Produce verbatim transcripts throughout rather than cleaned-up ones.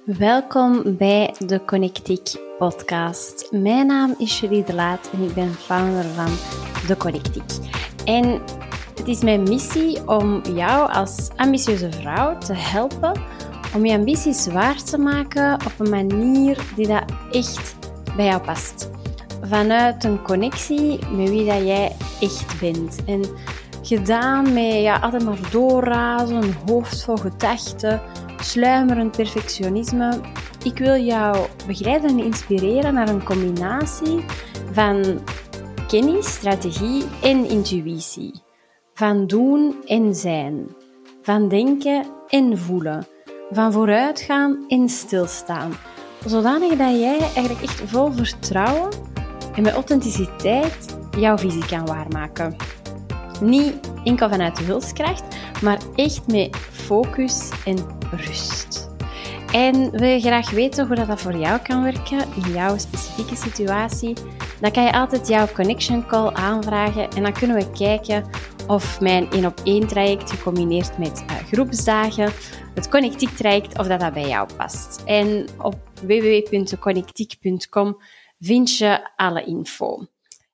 Welkom bij de Connectiek podcast. Mijn naam is Julie de Laat en ik ben founder van de Connectiek. En het is mijn missie om jou als ambitieuze vrouw te helpen om je ambities waar te maken op een manier die dat echt bij jou past. Vanuit een connectie met wie dat jij echt bent. En gedaan met ja, altijd maar doorrazen, een hoofd vol gedachten, sluimerend perfectionisme. Ik wil jou begeleiden en inspireren naar een combinatie van kennis, strategie en intuïtie. Van doen en zijn. Van denken en voelen. Van vooruitgaan en stilstaan. Zodanig dat jij eigenlijk echt vol vertrouwen en met authenticiteit jouw visie kan waarmaken. Niet enkel vanuit de wilskracht, maar echt met focus en rust. En wil je graag weten hoe dat voor jou kan werken in jouw specifieke situatie, dan kan je altijd jouw connection call aanvragen en dan kunnen we kijken of mijn één op één traject gecombineerd met uh, groepsdagen, het Connectiek traject, of dat, dat bij jou past. En op w w w punt connectiek punt com vind je alle info.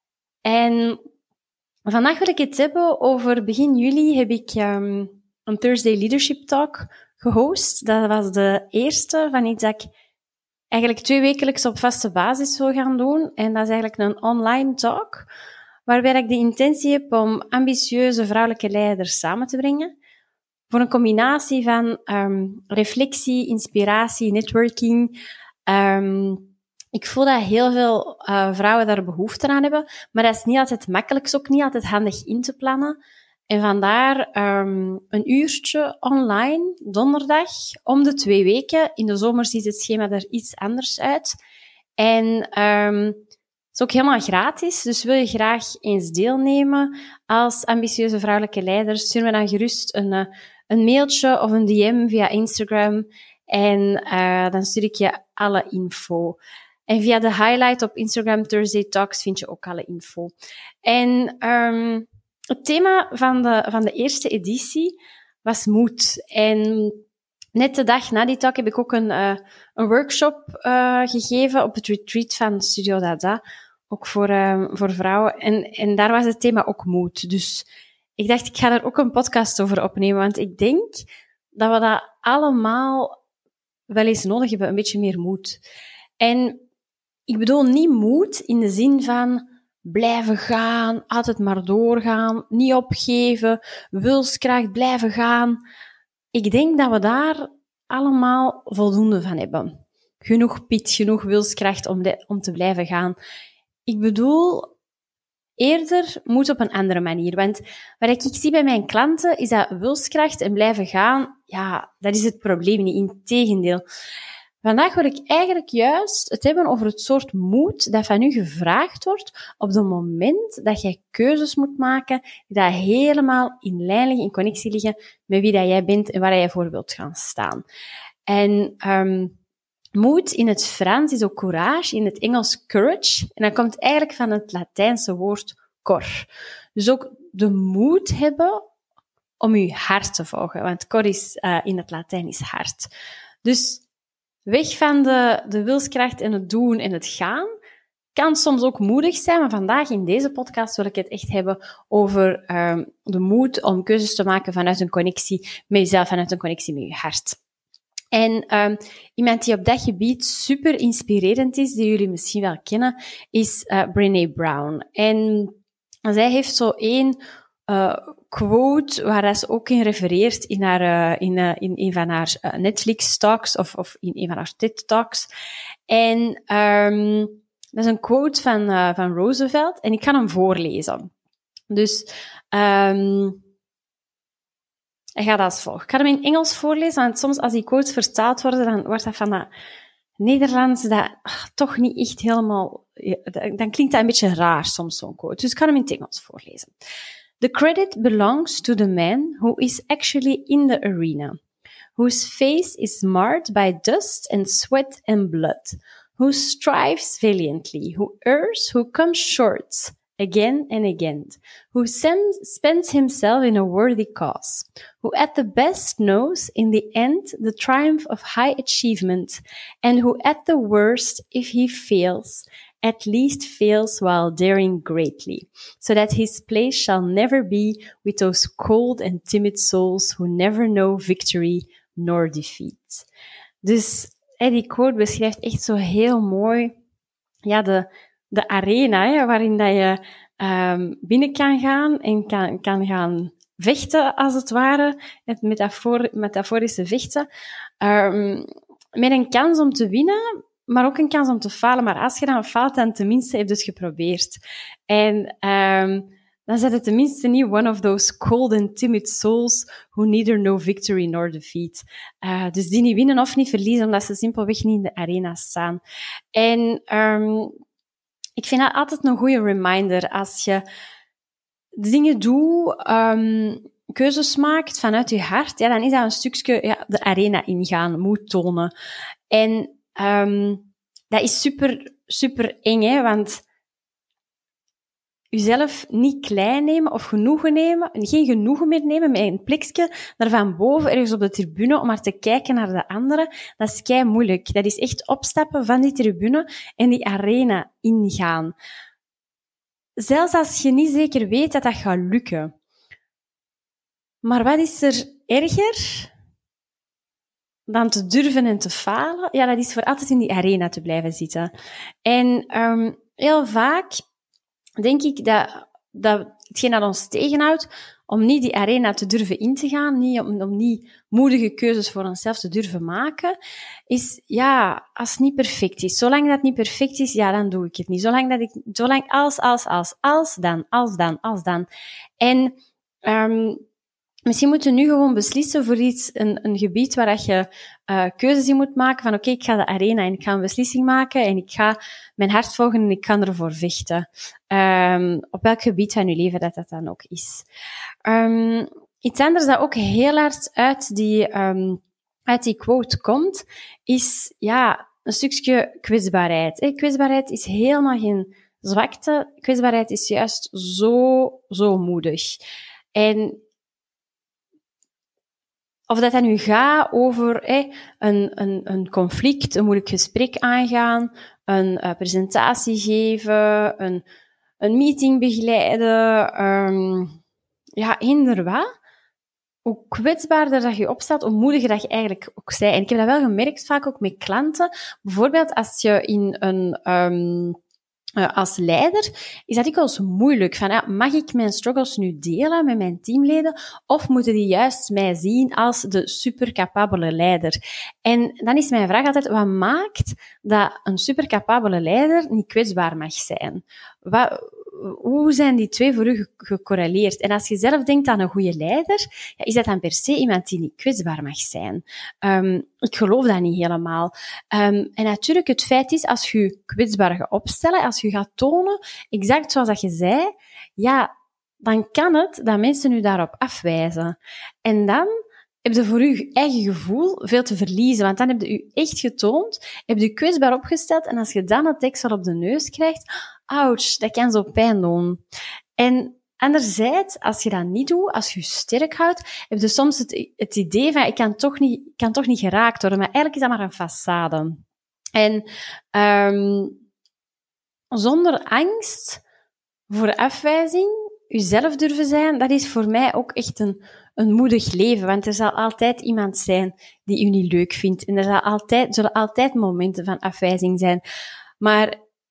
En vandaag wil ik het hebben over begin juli heb ik um, een Thursday Leadership Talk gehost. Dat was de eerste van iets dat ik eigenlijk twee wekelijks op vaste basis wil gaan doen. En dat is eigenlijk een online talk, waarbij ik de intentie heb om ambitieuze vrouwelijke leiders samen te brengen. Voor een combinatie van um, reflectie, inspiratie, networking. Um, Ik voel dat heel veel uh, vrouwen daar behoefte aan hebben, maar dat is niet altijd makkelijk, is ook niet altijd handig in te plannen. En vandaar um, een uurtje online, donderdag, om de twee weken. In de zomer ziet het schema er iets anders uit. En um, het is ook helemaal gratis, dus wil je graag eens deelnemen als ambitieuze vrouwelijke leider, stuur me dan gerust een, uh, een mailtje of een D M via Instagram en uh, dan stuur ik je alle info. En via de highlight op Instagram Thursday Talks vind je ook alle info. En um, het thema van de, van de eerste editie was moed. En net de dag na die talk heb ik ook een, uh, een workshop uh, gegeven op het retreat van Studio Dada. Ook voor, uh, voor vrouwen. En, en daar was het thema ook moed. Dus ik dacht, ik ga er ook een podcast over opnemen. Want ik denk dat we dat allemaal wel eens nodig hebben. Een beetje meer moed. En ik bedoel niet moed in de zin van blijven gaan, altijd maar doorgaan, niet opgeven, wilskracht, blijven gaan. Ik denk dat we daar allemaal voldoende van hebben. Genoeg pit, genoeg wilskracht om, de, om te blijven gaan. Ik bedoel eerder moed op een andere manier. Want wat ik zie bij mijn klanten is dat wilskracht en blijven gaan, ja, dat is het probleem niet. Integendeel. Vandaag wil ik eigenlijk juist het hebben over het soort moed dat van u gevraagd wordt op het moment dat jij keuzes moet maken die dat helemaal in lijn liggen, in connectie liggen met wie dat jij bent en waar jij voor wilt gaan staan. En um, moed in het Frans is ook courage, in het Engels courage. En dat komt eigenlijk van het Latijnse woord cor. Dus ook de moed hebben om je hart te volgen. Want cor is, uh, in het Latijn is hart. Dus weg van de, de wilskracht en het doen en het gaan kan soms ook moedig zijn, maar vandaag in deze podcast wil ik het echt hebben over um, de moed om keuzes te maken vanuit een connectie met jezelf, vanuit een connectie met je hart. En um, iemand die op dat gebied super inspirerend is, die jullie misschien wel kennen, is uh, Brené Brown. En zij heeft zo één uh, quote waar ze ook in refereert in, haar, uh, in, uh, in een van haar uh, Netflix-talks of, of in een van haar TED-talks. En um, dat is een quote van, uh, van Roosevelt en ik ga hem voorlezen. Dus um, hij gaat als volgt. Ik ga hem in Engels voorlezen, want soms als die quotes vertaald worden, dan wordt dat van dat Nederlands dat ach, toch niet echt helemaal... Dan klinkt dat een beetje raar soms, zo'n quote. Dus ik ga hem in het Engels voorlezen. The credit belongs to the man who is actually in the arena, whose face is marred by dust and sweat and blood, who strives valiantly, who errs, who comes short, again and again, who sem- spends himself in a worthy cause, who at the best knows in the end the triumph of high achievement, and who at the worst, if he fails, at least fails while daring greatly, so that his place shall never be with those cold and timid souls who never know victory nor defeat. Dus hey, die quote beschrijft echt zo heel mooi ja, de, de arena hè, waarin dat je um, binnen kan gaan en kan, kan gaan vechten, als het ware. Het metafoor, metaforische vechten. Um, met een kans om te winnen, maar ook een kans om te falen. Maar als je dan faalt, dan tenminste heb je het geprobeerd. En um, dan zijn het tenminste niet one of those cold and timid souls who neither know victory nor defeat. Uh, dus die niet winnen of niet verliezen, omdat ze simpelweg niet in de arena staan. En um, ik vind dat altijd een goede reminder als je dingen doet, um, keuzes maakt vanuit je hart, ja, dan is dat een stukje ja, de arena ingaan, moed tonen. En um, dat is super, super eng, hè, want jezelf niet klein nemen of genoegen nemen, geen genoegen meer nemen met een plekje daar van boven, ergens op de tribune, om maar te kijken naar de anderen, dat is kei moeilijk. Dat is echt opstappen van die tribune en die arena ingaan. Zelfs als je niet zeker weet dat dat gaat lukken. Maar wat is er erger dan te durven en te falen? Ja, dat is voor altijd in die arena te blijven zitten. En um, heel vaak denk ik dat, dat hetgeen dat ons tegenhoudt om niet die arena te durven in te gaan, niet, om, om niet moedige keuzes voor onszelf te durven maken, is, ja, als het niet perfect is. Zolang dat het niet perfect is, ja, dan doe ik het niet. Zolang dat ik, zolang als, als, als, als, dan, als, dan, als, dan. En um, misschien moeten we nu gewoon beslissen voor iets, een, een gebied waar dat je uh, keuzes in moet maken van oké, okay, ik ga de arena en ik ga een beslissing maken en ik ga mijn hart volgen en ik kan ervoor vechten. Um, op welk gebied van je leven dat dat dan ook is. Um, iets anders dat ook heel hard uit die, um, uit die quote komt, is ja, een stukje kwetsbaarheid. Hè. Kwetsbaarheid is helemaal geen zwakte. Kwetsbaarheid is juist zo, zo moedig. En of dat dan nu gaat over eh, een, een, een conflict, een moeilijk gesprek aangaan, een uh, presentatie geven, een, een meeting begeleiden, um, ja, eender wat. Hoe kwetsbaarder dat je opstaat, hoe moediger dat je eigenlijk ook zij. En ik heb dat wel gemerkt, vaak ook met klanten. Bijvoorbeeld als je in een... Um, Uh, als leider is dat dikwijls moeilijk. Van, ja, mag ik mijn struggles nu delen met mijn teamleden? Of moeten die juist mij zien als de supercapabele leider? En dan is mijn vraag altijd, wat maakt dat een supercapabele leider niet kwetsbaar mag zijn? Wat, hoe zijn die twee voor u gecorreleerd? En als je zelf denkt aan een goede leider, ja, is dat dan per se iemand die niet kwetsbaar mag zijn? Um, ik geloof dat niet helemaal. Um, en natuurlijk, het feit is, als je je kwetsbaar gaat opstellen, als je gaat tonen, exact zoals dat je zei, ja, dan kan het dat mensen u daarop afwijzen. En dan heb je voor je eigen gevoel veel te verliezen, want dan heb je je echt getoond, heb je je kwetsbaar opgesteld, en als je dan het deksel op de neus krijgt, ouch, dat kan zo pijn doen. En anderzijds, als je dat niet doet, als je je sterk houdt, heb je soms het, het idee van, ik kan toch niet, ik kan toch niet geraakt worden, maar eigenlijk is dat maar een façade. En um, zonder angst voor afwijzing, jezelf durven zijn, dat is voor mij ook echt een, een moedig leven, want er zal altijd iemand zijn die u niet leuk vindt. En er zal altijd, zullen altijd momenten van afwijzing zijn. Maar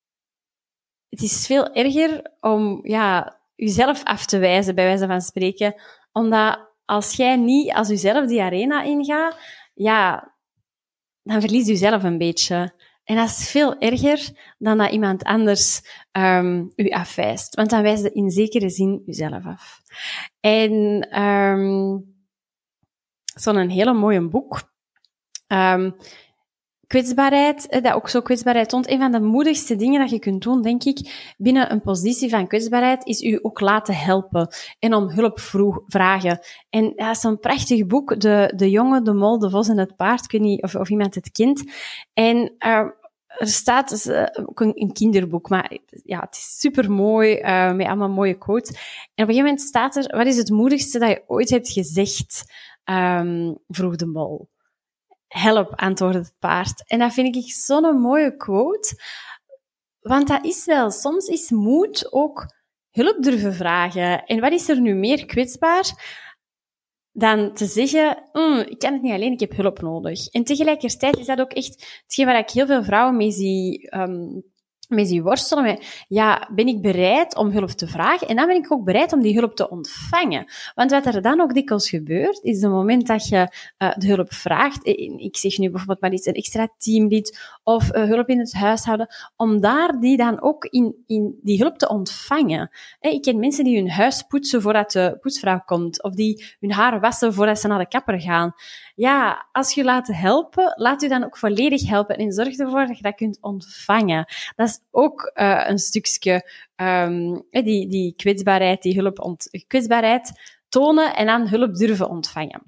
het is veel erger om, ja, jezelf af te wijzen, bij wijze van spreken. Omdat als jij niet als jezelf die arena ingaat, ja, dan verlies je jezelf een beetje. En dat is veel erger dan dat iemand anders um, u afwijst. Want dan wijst je in zekere zin jezelf af. En um, zo'n hele mooie boek. Um, kwetsbaarheid, dat ook zo kwetsbaarheid toont. Een van de moedigste dingen dat je kunt doen, denk ik, binnen een positie van kwetsbaarheid, is u ook laten helpen en om hulp vroeg vragen. En dat is een prachtig boek, De, de jongen, de mol, de vos en het paard. Ik weet niet of, of iemand het kent. En uh, er staat dus, uh, ook een, een kinderboek, maar ja, het is supermooi, uh, met allemaal mooie quotes. En op een gegeven moment staat er, wat is het moedigste dat je ooit hebt gezegd? Um, vroeg de mol. Help, antwoordde het paard. En dat vind ik zo'n mooie quote. Want dat is wel, soms is moed ook hulp durven vragen. En wat is er nu meer kwetsbaar dan te zeggen, mm, ik kan het niet alleen, ik heb hulp nodig. En tegelijkertijd is dat ook echt hetgeen waar ik heel veel vrouwen mee zie, um, mee zie worstelen. Met, ja, ben ik bereid om hulp te vragen? En dan ben ik ook bereid om die hulp te ontvangen. Want wat er dan ook dikwijls gebeurt, is het moment dat je uh, de hulp vraagt. Ik zeg nu bijvoorbeeld maar iets, een extra teamlid of uh, hulp in het huishouden, om daar die dan ook in, in die hulp te ontvangen. Hey, ik ken mensen die hun huis poetsen voordat de poetsvrouw komt, of die hun haar wassen voordat ze naar de kapper gaan. Ja, als je je laat helpen, laat je dan ook volledig helpen en zorg ervoor dat je dat kunt ontvangen. Dat is ook uh, een stukje um, die, die kwetsbaarheid, die hulp ont, kwetsbaarheid tonen en dan hulp durven ontvangen.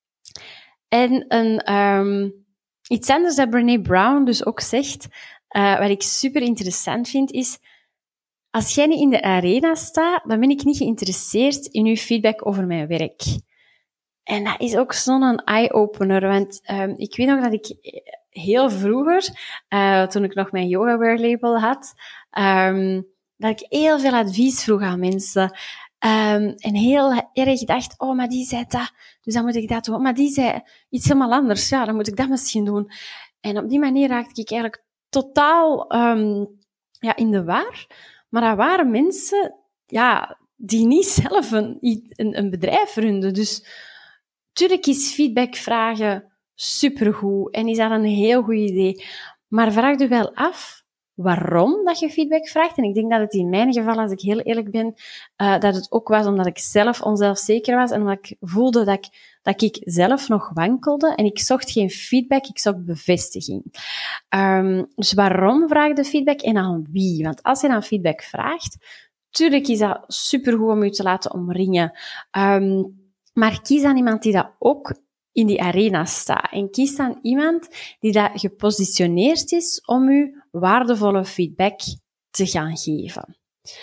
En een, um, iets anders dat Brené Brown dus ook zegt, uh, wat ik super interessant vind, is als jij niet in de arena staat, dan ben ik niet geïnteresseerd in uw feedback over mijn werk. En dat is ook zo'n eye-opener, want um, ik weet nog dat ik heel vroeger, uh, toen ik nog mijn yoga-wear label had, um, dat ik heel veel advies vroeg aan mensen. Um, en heel erg dacht, oh, maar die zei dat, dus dan moet ik dat doen. Maar die zei iets helemaal anders, ja, dan moet ik dat misschien doen. En op die manier raakte ik eigenlijk totaal um, ja, in de war. Maar dat waren mensen ja, die niet zelf een, een, een bedrijf runden. Dus tuurlijk is feedback vragen supergoed en is dat een heel goed idee. Maar vraag je wel af waarom dat je feedback vraagt. En ik denk dat het in mijn geval, als ik heel eerlijk ben, uh, dat het ook was omdat ik zelf onzelfzeker was en omdat ik voelde dat ik, dat ik zelf nog wankelde. En ik zocht geen feedback, ik zocht bevestiging. Um, dus waarom vraag je feedback en aan wie? Want als je dan feedback vraagt, tuurlijk is dat supergoed om je te laten omringen. Um, Maar kies dan iemand die dat ook in die arena staat. En kies dan iemand die dat gepositioneerd is om u waardevolle feedback te gaan geven.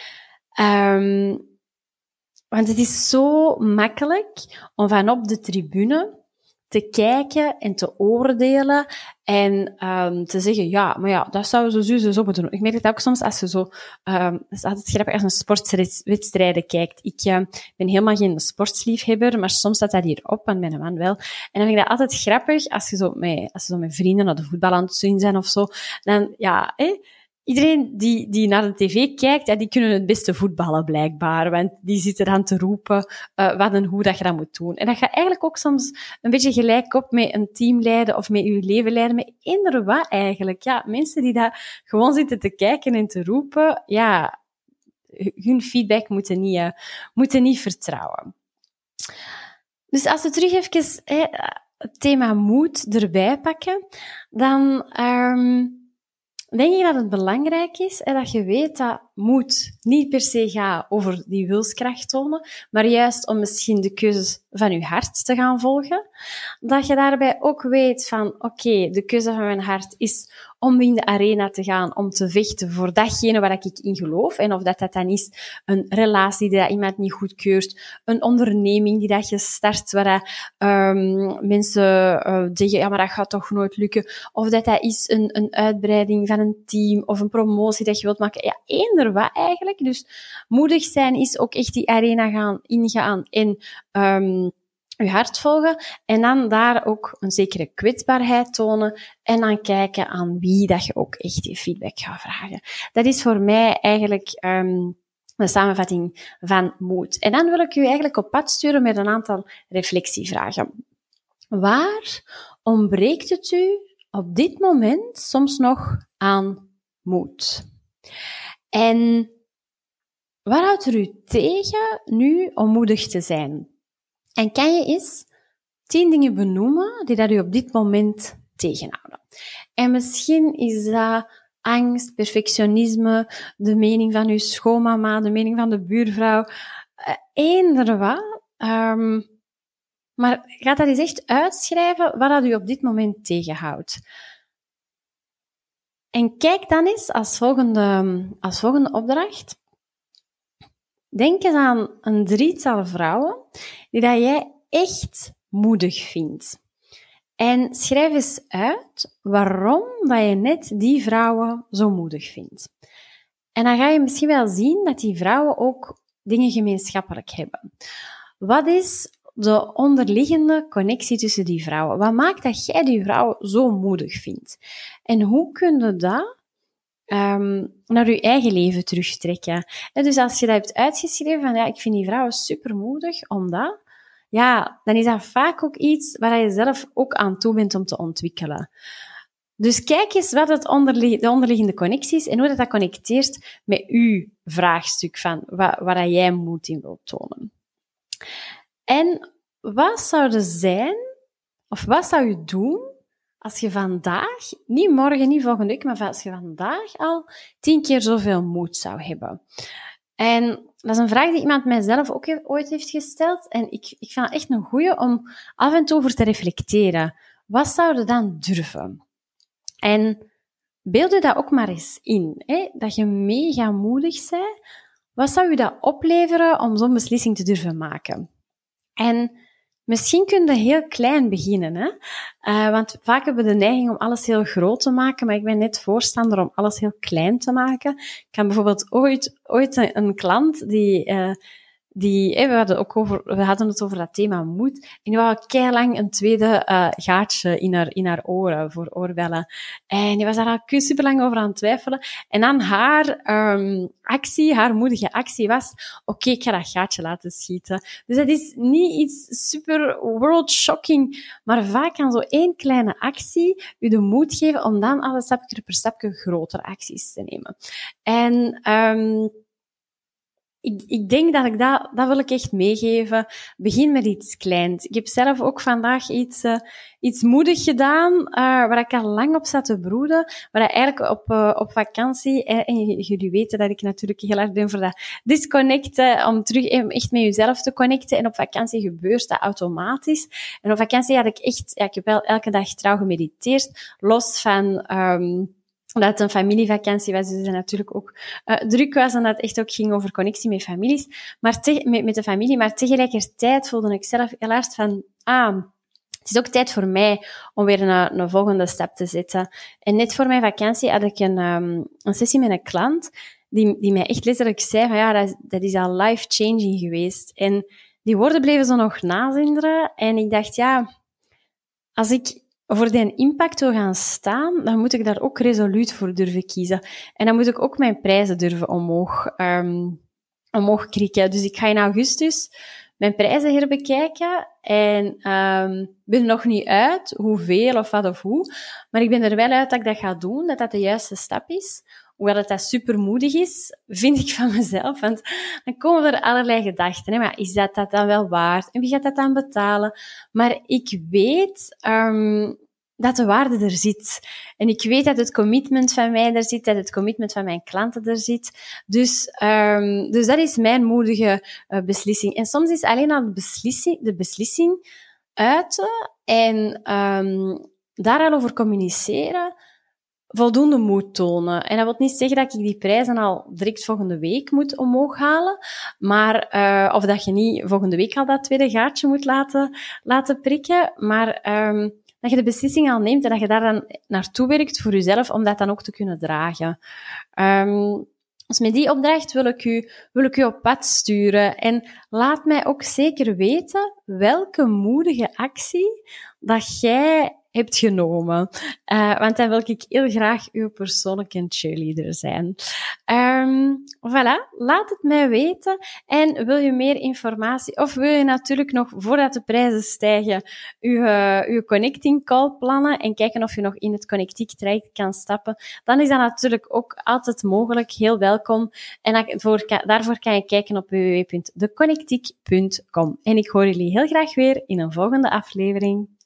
Um, want het is zo makkelijk om van op de tribune te kijken en te oordelen en um, te zeggen, ja, maar ja, dat zouden ze zo zo moeten doen. Ik merk het ook soms als je zo, um, het is altijd grappig als je sportwedstrijden kijkt. Ik uh, ben helemaal geen sportsliefhebber, maar soms staat dat hier op, en mijn man wel. En dan vind ik dat altijd grappig als je zo met, als je zo met vrienden naar de voetbal aan het zien zijn of zo. Dan, ja, hé, iedereen die, die naar de tv kijkt, ja, die kunnen het beste voetballen blijkbaar, want die zitten dan te roepen uh, wat en hoe dat je dat moet doen. En dat gaat eigenlijk ook soms een beetje gelijk op met een team leiden of met je leven leiden, met eender wat eigenlijk. Ja, mensen die daar gewoon zitten te kijken en te roepen, ja, hun feedback moeten niet, uh, moeten niet vertrouwen. Dus als we terug even eh, het thema moed erbij pakken, dan Um, denk ik dat het belangrijk is hè, dat je weet dat moed niet per se gaat over die wilskracht tonen, maar juist om misschien de keuzes van je hart te gaan volgen. Dat je daarbij ook weet van, oké, okay, de keuze van mijn hart is om in de arena te gaan, om te vechten voor datgene waar ik in geloof. En of dat, dat dan is een relatie die dat iemand niet goedkeurt, een onderneming die dat je start, waar dat, um, mensen uh, zeggen, ja, maar dat gaat toch nooit lukken. Of dat dat is een, een uitbreiding van een team, of een promotie dat je wilt maken. Ja, eender wat eigenlijk. Dus moedig zijn is ook echt die arena gaan ingaan en um, je hart volgen en dan daar ook een zekere kwetsbaarheid tonen en dan kijken aan wie dat je ook echt die feedback gaat vragen. Dat is voor mij eigenlijk um, een samenvatting van moed. En dan wil ik u eigenlijk op pad sturen met een aantal reflectievragen. Waar ontbreekt het u op dit moment soms nog aan moed? En wat houdt er u tegen nu om moedig te zijn? En kan je eens tien dingen benoemen die dat u op dit moment tegenhouden? En misschien is dat angst, perfectionisme, de mening van uw schoonmama, de mening van de buurvrouw, eender wat. Um, maar ga dat eens echt uitschrijven wat dat u op dit moment tegenhoudt. En kijk dan eens als volgende, als volgende opdracht. Denk eens aan een drietal vrouwen die dat jij echt moedig vindt. En schrijf eens uit waarom dat je net die vrouwen zo moedig vindt. En dan ga je misschien wel zien dat die vrouwen ook dingen gemeenschappelijk hebben. Wat is de onderliggende connectie tussen die vrouwen? Wat maakt dat jij die vrouwen zo moedig vindt? En hoe kun je dat um, naar je eigen leven terugtrekken? En dus als je dat hebt uitgeschreven van ja, ik vind die vrouwen supermoedig, omdat, ja, dan is dat vaak ook iets waar je zelf ook aan toe bent om te ontwikkelen. Dus kijk eens wat het onderli- de onderliggende connectie is en hoe dat, dat connecteert met uw vraagstuk van waar, waar jij moed in wilt tonen. En wat zou er zijn, of wat zou je doen als je vandaag, niet morgen, niet volgende week, maar als je vandaag al tien keer zoveel moed zou hebben? En dat is een vraag die iemand mijzelf ook he- ooit heeft gesteld. En ik, ik vind het echt een goeie om af en toe over te reflecteren. Wat zou je dan durven? En beeld je dat ook maar eens in, hè? Dat je mega moedig bent. Wat zou je dat opleveren om zo'n beslissing te durven maken? En misschien kun je heel klein beginnen, hè? Uh, want vaak hebben we de neiging om alles heel groot te maken, maar ik ben net voorstander om alles heel klein te maken. Ik kan bijvoorbeeld ooit, ooit een, een klant die... Uh, Die, we, hadden ook over, we hadden het over dat thema moed. En die wou keilang een tweede uh, gaatje in haar, in haar oren, voor oorbellen. En die was daar al super lang over aan het twijfelen. En dan haar um, actie, haar moedige actie was, oké, okay, ik ga dat gaatje laten schieten. Dus dat is niet iets super world shocking, maar vaak kan zo één kleine actie u de moed geven om dan alle stapje per stapje grotere acties te nemen. En... Um, Ik, ik denk dat ik dat, dat wil ik echt meegeven. Begin met iets kleins. Ik heb zelf ook vandaag iets, uh, iets moedig gedaan, uh, waar ik al lang op zat te broeden, waar ik eigenlijk op, uh, op vakantie, eh, en jullie weten dat ik natuurlijk heel erg ben voor dat disconnecten, om terug echt met jezelf te connecten. En op vakantie gebeurt dat automatisch. En op vakantie had ik echt, ja, ik heb wel elke dag trouw gemediteerd, los van, um, dat het een familievakantie was, dus dat natuurlijk ook uh, druk was en dat het echt ook ging over connectie met families, maar te, met, met de familie. Maar tegelijkertijd voelde ik zelf heel hard van, ah, het is ook tijd voor mij om weer een, een volgende stap te zetten. En net voor mijn vakantie had ik een, um, een sessie met een klant die, die mij echt letterlijk zei van, ja, dat, dat is al life-changing geweest. En die woorden bleven zo nog nazinderen. En ik dacht, ja, als ik voor die impact wil gaan staan, dan moet ik daar ook resoluut voor durven kiezen. En dan moet ik ook mijn prijzen durven omhoog, um, omhoog krikken. Dus ik ga in augustus mijn prijzen herbekijken en um, ben er nog niet uit hoeveel of wat of hoe, maar ik ben er wel uit dat ik dat ga doen, dat dat de juiste stap is. Hoewel het dat supermoedig is, vind ik van mezelf, want dan komen er allerlei gedachten. Hè? Maar is dat dat dan wel waard? En wie gaat dat dan betalen? Maar ik weet um, dat de waarde er zit. En ik weet dat het commitment van mij er zit, dat het commitment van mijn klanten er zit. Dus, um, dus dat is mijn moedige uh, beslissing. En soms is alleen al de beslissing, de beslissing uiten en um, daar al over communiceren, voldoende moed tonen. En dat wil niet zeggen dat ik die prijzen al direct volgende week moet omhoog halen, maar, uh, of dat je niet volgende week al dat tweede gaatje moet laten, laten prikken, maar um, dat je de beslissing al neemt en dat je daar dan naartoe werkt voor jezelf, om dat dan ook te kunnen dragen. Um, dus met die opdracht wil ik u, wil ik u op pad sturen. En laat mij ook zeker weten welke moedige actie dat jij hebt genomen. Uh, want dan wil ik heel graag uw persoonlijke cheerleader zijn. Um, voilà, laat het mij weten. En wil je meer informatie, of wil je natuurlijk nog, voordat de prijzen stijgen, uw, uh, uw connecting call plannen en kijken of je nog in het connectiek traject kan stappen, dan is dat natuurlijk ook altijd mogelijk, heel welkom. En voor, daarvoor kan je kijken op w w w punt de connectiek punt com. En ik hoor jullie heel graag weer in een volgende aflevering.